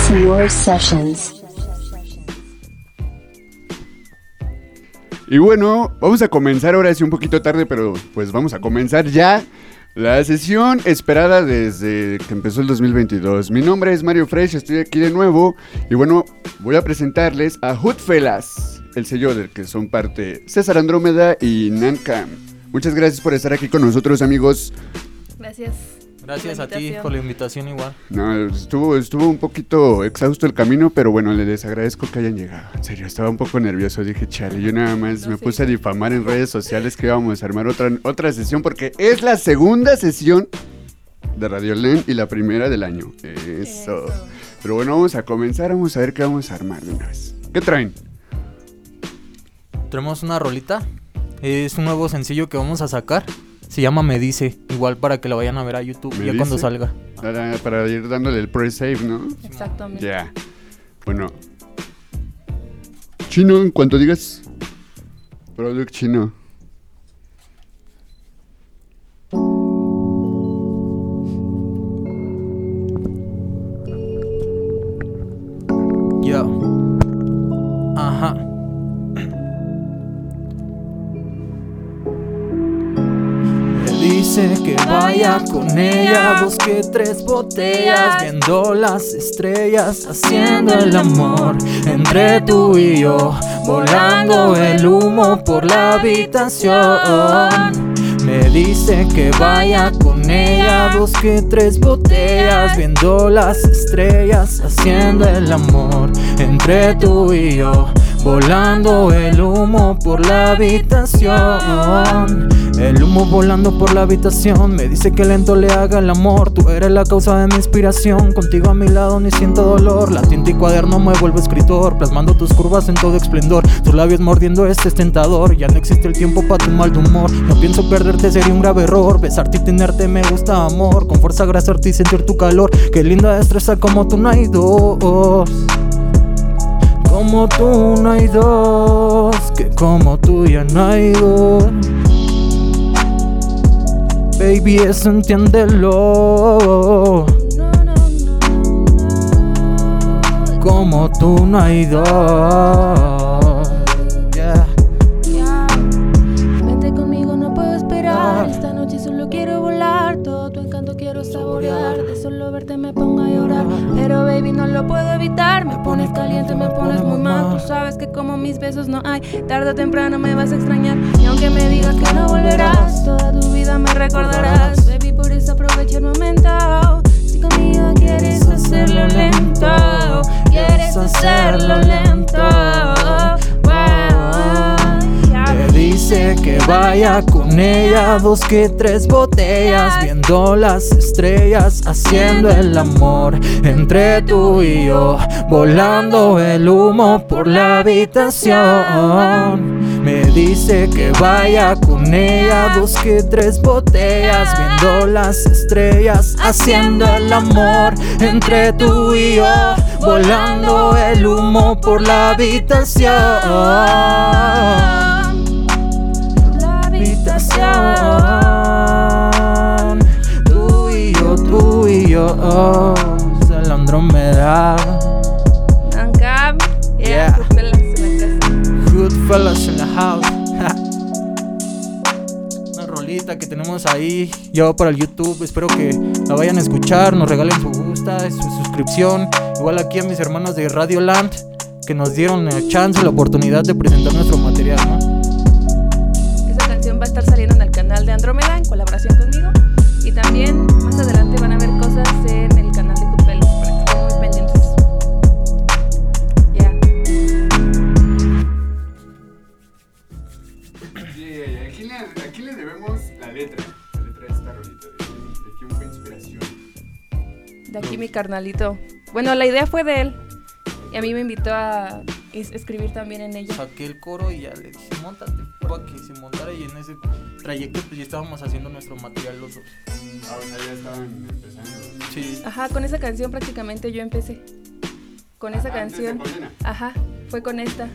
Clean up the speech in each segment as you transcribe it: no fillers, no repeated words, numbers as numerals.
Your Sessions. Y bueno, vamos a comenzar ahora sí un poquito tarde, pero pues vamos a comenzar ya la sesión esperada desde que empezó el 2022. Mi nombre es Mario Fresh, estoy aquí de nuevo y bueno, voy a presentarles a Hoodfellas, el sello del que son parte César Andrómeda y Nancam. Muchas gracias por estar aquí con nosotros, amigos. Gracias. Gracias a ti por la invitación igual. No, estuvo un poquito exhausto el camino, pero bueno, les agradezco que hayan llegado. En serio, estaba un poco nervioso, dije, chale, yo nada más me puse a difamar en redes sociales que íbamos a armar otra sesión, porque es la segunda sesión de Radio Land y la primera del año. Eso. Pero bueno, vamos a comenzar, vamos a ver qué vamos a armar de una vez. ¿Qué traen? Tenemos una rolita, es un nuevo sencillo que vamos a sacar. Se llama Me Dice, igual para que la vayan a ver a YouTube ya cuando salga. Para ir dándole el pre-save, ¿no? Exactamente. Ya. Bueno. Chino, en cuanto digas. Product Chino. Yo. Ajá. Dice que vaya con ella, busque 3 botellas, viendo las estrellas, haciendo el amor entre tú y yo, volando el humo por la habitación. Me dice que vaya con ella, busque 3 botellas, viendo las estrellas, haciendo el amor entre tú y yo, volando el humo por la habitación. El humo volando por la habitación me dice que lento le haga el amor. Tú eres la causa de mi inspiración, contigo a mi lado ni siento dolor. La tinta y cuaderno me vuelvo escritor, plasmando tus curvas en todo esplendor. Tus labios mordiendo es tentador, ya no existe el tiempo para tu mal de humor. No pienso perderte, sería un grave error. Besarte y tenerte me gusta, amor. Con fuerza abrazarte y sentir tu calor. Qué linda destreza, como tú no hay dos. Como tú no hay dos, que como tú ya no hay dos. Baby, eso entiéndelo. Como tú no hay dos. Yeah. Vente conmigo, no puedo esperar. Esta noche solo quiero volar. Todo tu encanto quiero saborear. De solo verte me pongo a llorar. Pero baby, no lo puedo evitar. Me pones caliente, me pones muy mal. Tú sabes que como mis besos no hay, tarde o temprano me vas a extrañar. Y aunque me digas que no volverás, toda tu vida me recordarás. Baby, por eso aprovecha el momento. Si conmigo quieres hacerlo lento, quieres hacerlo lento. Me dice que vaya con ella, busque 3 botellas, viendo las estrellas, haciendo el amor entre tú y yo, volando el humo por la habitación. Me dice que vaya con ella, busque 3 botellas, viendo las estrellas, haciendo el amor entre tú y yo, volando el humo por la habitación. Tú y yo, es la Andrómeda. Nancam, Yeah. Hoodfellas en la casa. Hoodfellas in the house. Una rolita que tenemos ahí, yo para el YouTube. Espero que la vayan a escuchar, nos regalen su gusta, su suscripción. Igual aquí a mis hermanos de Radio Land, que nos dieron la chance, la oportunidad de presentar nuestro material, ¿no? Va a estar saliendo en el canal de Andrómeda en colaboración conmigo, y también más adelante van a ver cosas en el canal de Hoodfellas para que estén muy pendientes. Ya. Aquí le debemos la letra de esta rolita. ¿De quién fue inspiración? De aquí mi carnalito. Bueno, la idea fue de él y a mí me invitó a escribir también en ella. Saqué el coro y ya le dije, móntate, para que se montara, y en ese trayecto pues ya estábamos haciendo nuestro material los dos. Ah, o sea, ya estaban empezando. Sí. Ajá, con esa canción prácticamente yo empecé. Con esa canción. Ajá, fue con esta.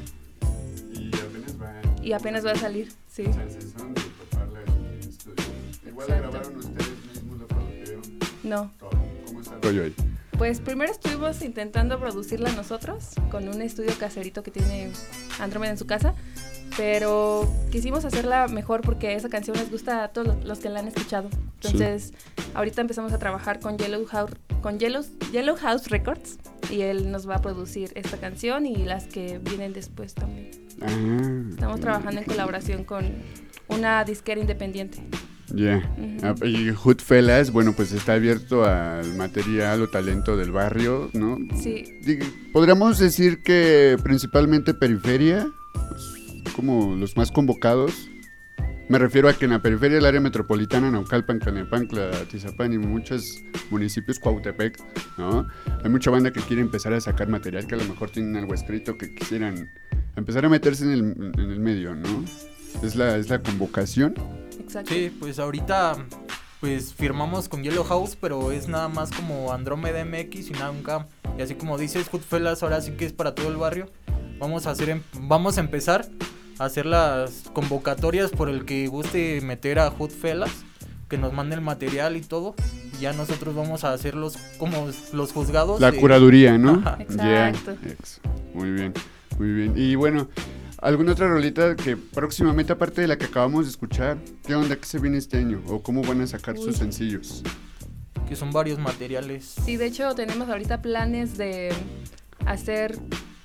Y apenas va a salir, sí. Chanceson de toparla en estudio. Igual la grabaron ustedes mismos, la produjeron. No. ¿Cómo está el rollo ahí? Pues primero estuvimos intentando producirla nosotros con un estudio caserito que tiene Andrómeda en su casa, pero quisimos hacerla mejor porque esa canción les gusta a todos los que la han escuchado. Entonces, ahorita empezamos a trabajar con Yellow House Records y él nos va a producir esta canción y las que vienen después también. Estamos trabajando en colaboración con una disquera independiente. Ya. Y Hoodfellas, bueno, pues está abierto al material o talento del barrio, ¿no? Sí. Podríamos decir que principalmente periferia, pues, como los más convocados. Me refiero a que en la periferia del área metropolitana, Naucalpan, Tlalnepantla, Atizapán y muchos municipios, Cuautepec, ¿no? Hay mucha banda que quiere empezar a sacar material, que a lo mejor tienen algo escrito, que quisieran empezar a meterse en el medio, ¿no? Es la convocación. Exacto. Sí, pues ahorita pues firmamos con Yellow House, pero es nada más como Andrómeda MX y nunca. Y así como dices, Hoodfellas ahora sí que es para todo el barrio. Vamos a empezar a hacer las convocatorias por el que guste meter a Hoodfellas, que nos mande el material y todo. Y ya nosotros vamos a hacer como los juzgados. La curaduría, ¿no? Ajá. Exacto. Yeah. Muy bien, muy bien. Y bueno, ¿alguna otra rolita que próximamente, aparte de la que acabamos de escuchar, qué onda que se viene este año? ¿O cómo van a sacar sus sencillos? Que son varios materiales. Sí, de hecho tenemos ahorita planes de hacer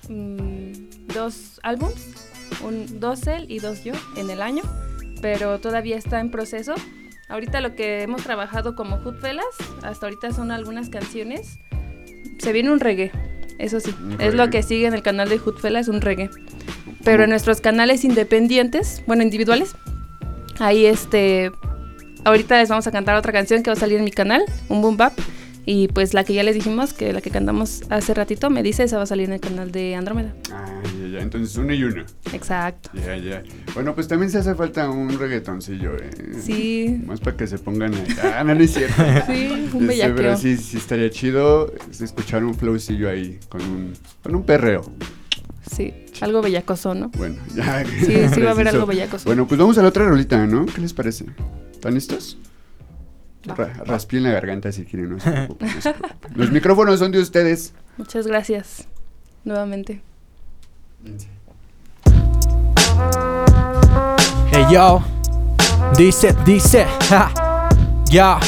2 álbums, 2 él y 2 yo en el año, pero todavía está en proceso. Ahorita lo que hemos trabajado como Hoodfellas, hasta ahorita son algunas canciones. Se viene un reggae, eso sí, es lo que sigue en el canal de Hoodfellas, un reggae. Pero en nuestros canales independientes, bueno, individuales, ahí ahorita les vamos a cantar otra canción que va a salir en mi canal, un boom bap. Y pues la que ya les dijimos, que la que cantamos hace ratito, me dice, esa va a salir en el canal de Andrómeda. Ya, entonces uno y uno. Exacto. Ya. Bueno, pues también se hace falta un reggaetoncillo, Sí. Más para que se pongan ahí. No es cierto. Sí, un bellaqueo. Pero sí estaría chido escuchar un flowcillo ahí, con un perreo. Sí, algo bellacoso, ¿no? Bueno, ya. Sí, va a haber algo bellacoso. Bueno, pues vamos a la otra rolita, ¿no? ¿Qué les parece? ¿Están listos? Raspien la garganta si quieren, no se preocupen. Los micrófonos son de ustedes. Muchas gracias, nuevamente. Hey yo, dice, ja, ya,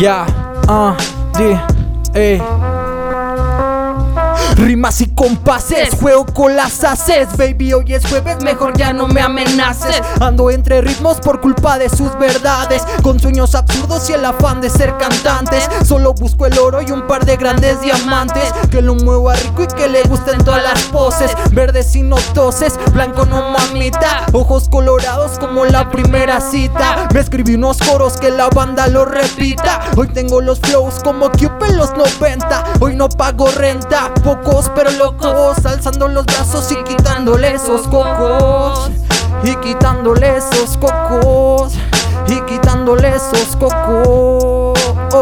rimas y compases, juego con las haces. Baby, hoy es jueves, mejor ya no me amenaces. Ando entre ritmos por culpa de sus verdades, con sueños absurdos y el afán de ser cantantes. Solo busco el oro y un par de grandes diamantes, que lo mueva rico y que le gusten todas las poses. Verdes y no toses, blanco no mamita, ojos colorados como la primera cita. Me escribí unos coros que la banda lo repita. Hoy tengo los flows como Cube en los 90. Hoy no pago renta, pocos pero locos, alzando los brazos y quitándole esos cocos. Y quitándole esos cocos. Y quitándole esos cocos.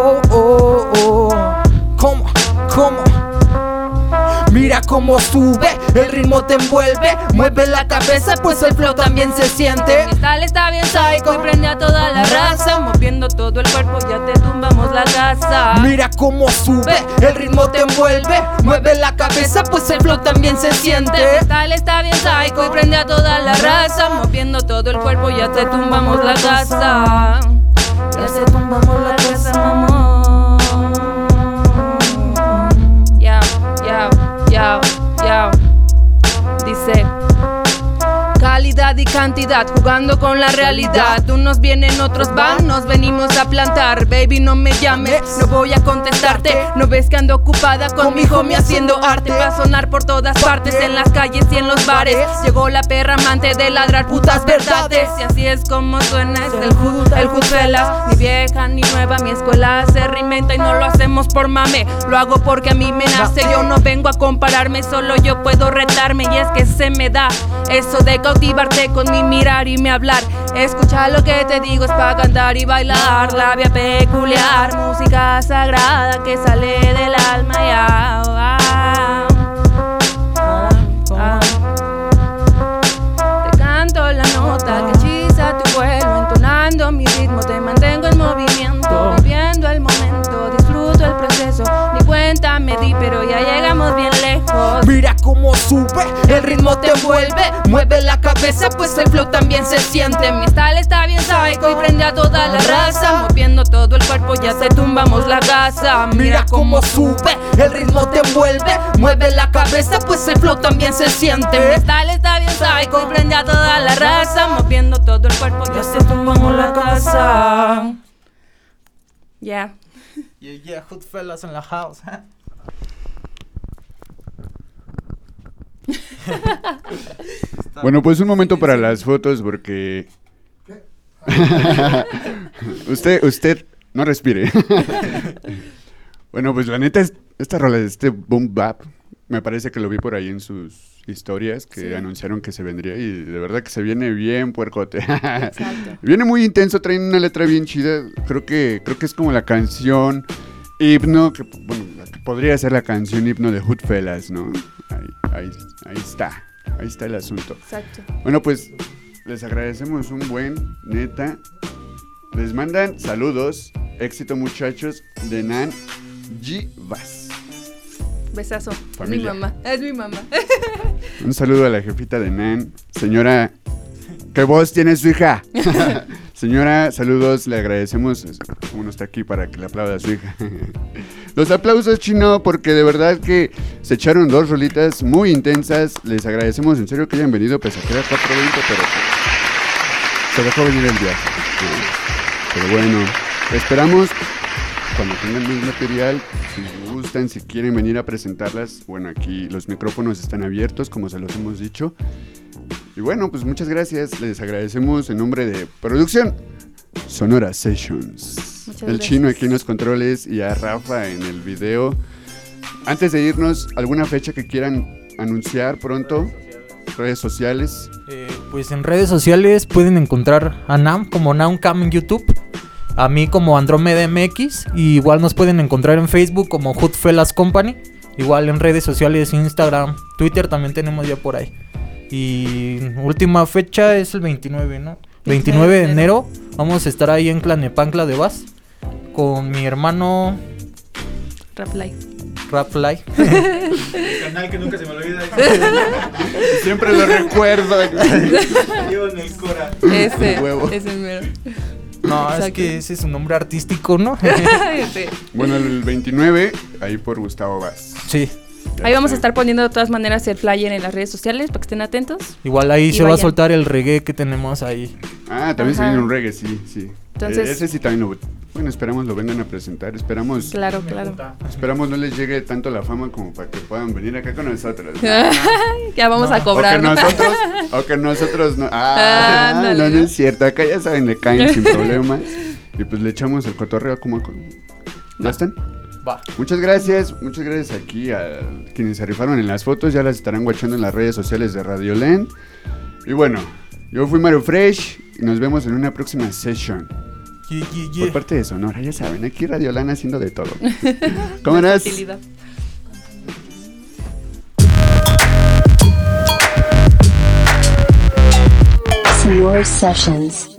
¿Cómo? Mira cómo sube, el ritmo te envuelve. Mueve la cabeza, pues el flow también se siente. Mi tal está bien psycho y prende a toda la raza. Moviendo todo el cuerpo, ya te tumbamos la casa. Mira cómo sube, el ritmo te envuelve. Mueve la cabeza, pues el flow también se siente. Mi tal está bien psycho y prende a toda la raza. Moviendo todo el cuerpo, ya te tumbamos la casa. Ya te tumbamos la casa, mamón. Yao, dice calidad y cantidad, jugando con la realidad. Unos vienen, otros van, nos venimos a plantar. Baby, no me llames, no voy a contestarte. No ves que ando ocupada con mi homie haciendo arte. Va a sonar por todas partes, en las calles y en los bares. Llegó la perra amante de ladrar putas verdades. Y así es como suena, es el Hoodfellas. Ni vieja ni nueva, mi escuela se reinventa y no lo hacemos por mame. Lo hago porque a mí me nace, yo no vengo a compararme, solo yo puedo retarme. Y es que se me da eso de cautivarte con mi mirar y mi hablar. Escucha lo que te digo, es pa' cantar y bailar. La vía peculiar, música sagrada que sale del alma. Te canto la nota que hechiza tu vuelo, entonando mi ritmo, te mantengo en movimiento, viviendo el momento, disfruto el proceso, ni cuenta me ritmo te envuelve. Mueve la cabeza, pues el flow también se siente. Mi style está bien psycho y prende a toda la raza. Moviendo todo el cuerpo ya se tumbamos la gasa. Mira cómo sube, el ritmo te envuelve. Mueve la cabeza, pues el flow también se siente. Mi style está bien psycho y prende a toda la raza. Moviendo todo el cuerpo ya se tumbamos la casa. Yeah. Yeah, Hoodfellas en la house. Bueno, pues un momento para las fotos porque... usted no respire. Bueno, pues la neta, esta rola de este Boom Bap, me parece que lo vi por ahí en sus historias que Sí. anunciaron que se vendría y de verdad que se viene bien puercote. Exacto. Viene muy intenso, traen una letra bien chida. Creo que es como la canción himno, que bueno, podría ser la canción himno de Hoodfellas, ¿no? Ahí está. Ahí está el asunto. Exacto. Bueno, pues les agradecemos un buen, neta. Les mandan saludos, éxito muchachos, de Nan G. Vaz. Besazo. Familia. Es mi mamá. Un saludo a la jefita de Nan. Señora, ¿qué voz tiene su hija? Señora, saludos, le agradecemos. Como no está aquí para que le aplauda a su hija. Los aplausos, Chino, porque de verdad que se echaron 2 rolitas muy intensas. Les agradecemos en serio que hayan venido, pese a que era 4:20, pero se dejó venir el viaje. Pero bueno, esperamos cuando tengan más material, si gustan, si quieren venir a presentarlas, bueno, aquí los micrófonos están abiertos, como se los hemos dicho. Y bueno, pues muchas gracias, les agradecemos en nombre de Producción Sonora Sessions. Muchas El gracias. Chino aquí en los controles y a Rafa en el video. Antes de irnos, ¿alguna fecha que quieran anunciar pronto? Redes sociales. Pues en redes sociales pueden encontrar a Nam como Namcam en YouTube, a mí como Andromeda MX, y igual nos pueden encontrar en Facebook como Hoodfellas Company, igual en redes sociales, Instagram, Twitter también tenemos ya por ahí. Y última fecha es el 29, ¿no? 29 de enero vamos a estar ahí en Tlalnepantla de Vaz con mi hermano Rap Live. Rapfly. Canal que nunca se me olvida. Siempre lo recuerdo. Llevo en el Cora. Ese, Huevo. ese mero. No, es Exacto. que ese es su nombre artístico, ¿no? Sí. Bueno, el 29, ahí por Gustavo Vaz. Sí. Ya Ahí vamos a está. estar poniendo de todas maneras el flyer en las redes sociales para que estén atentos. Igual ahí Y se va a vayan. soltar el reggae que tenemos ahí. Ah, también se Ajá. viene un reggae, sí. Entonces- Ese sí también lo... Bueno, esperamos lo vengan a presentar. Esperamos Claro, claro. no les llegue tanto la fama como para que puedan venir acá con nosotros. Ya vamos a cobrar. O que nosotros no. Ándale, No es cierto. Acá ya saben, le caen sin problemas. Y pues le echamos el cotorreo como... ¿Ya están? Va. Muchas gracias aquí a quienes se rifaron en las fotos, ya las estarán guachando en las redes sociales de Radio Land. Y bueno, yo fui Mario Fresh y nos vemos en una próxima session. Por parte de Sonora, ya saben, aquí Radio Land haciendo de todo. ¿Cómo eras? Versatilidad. Sonora Sessions.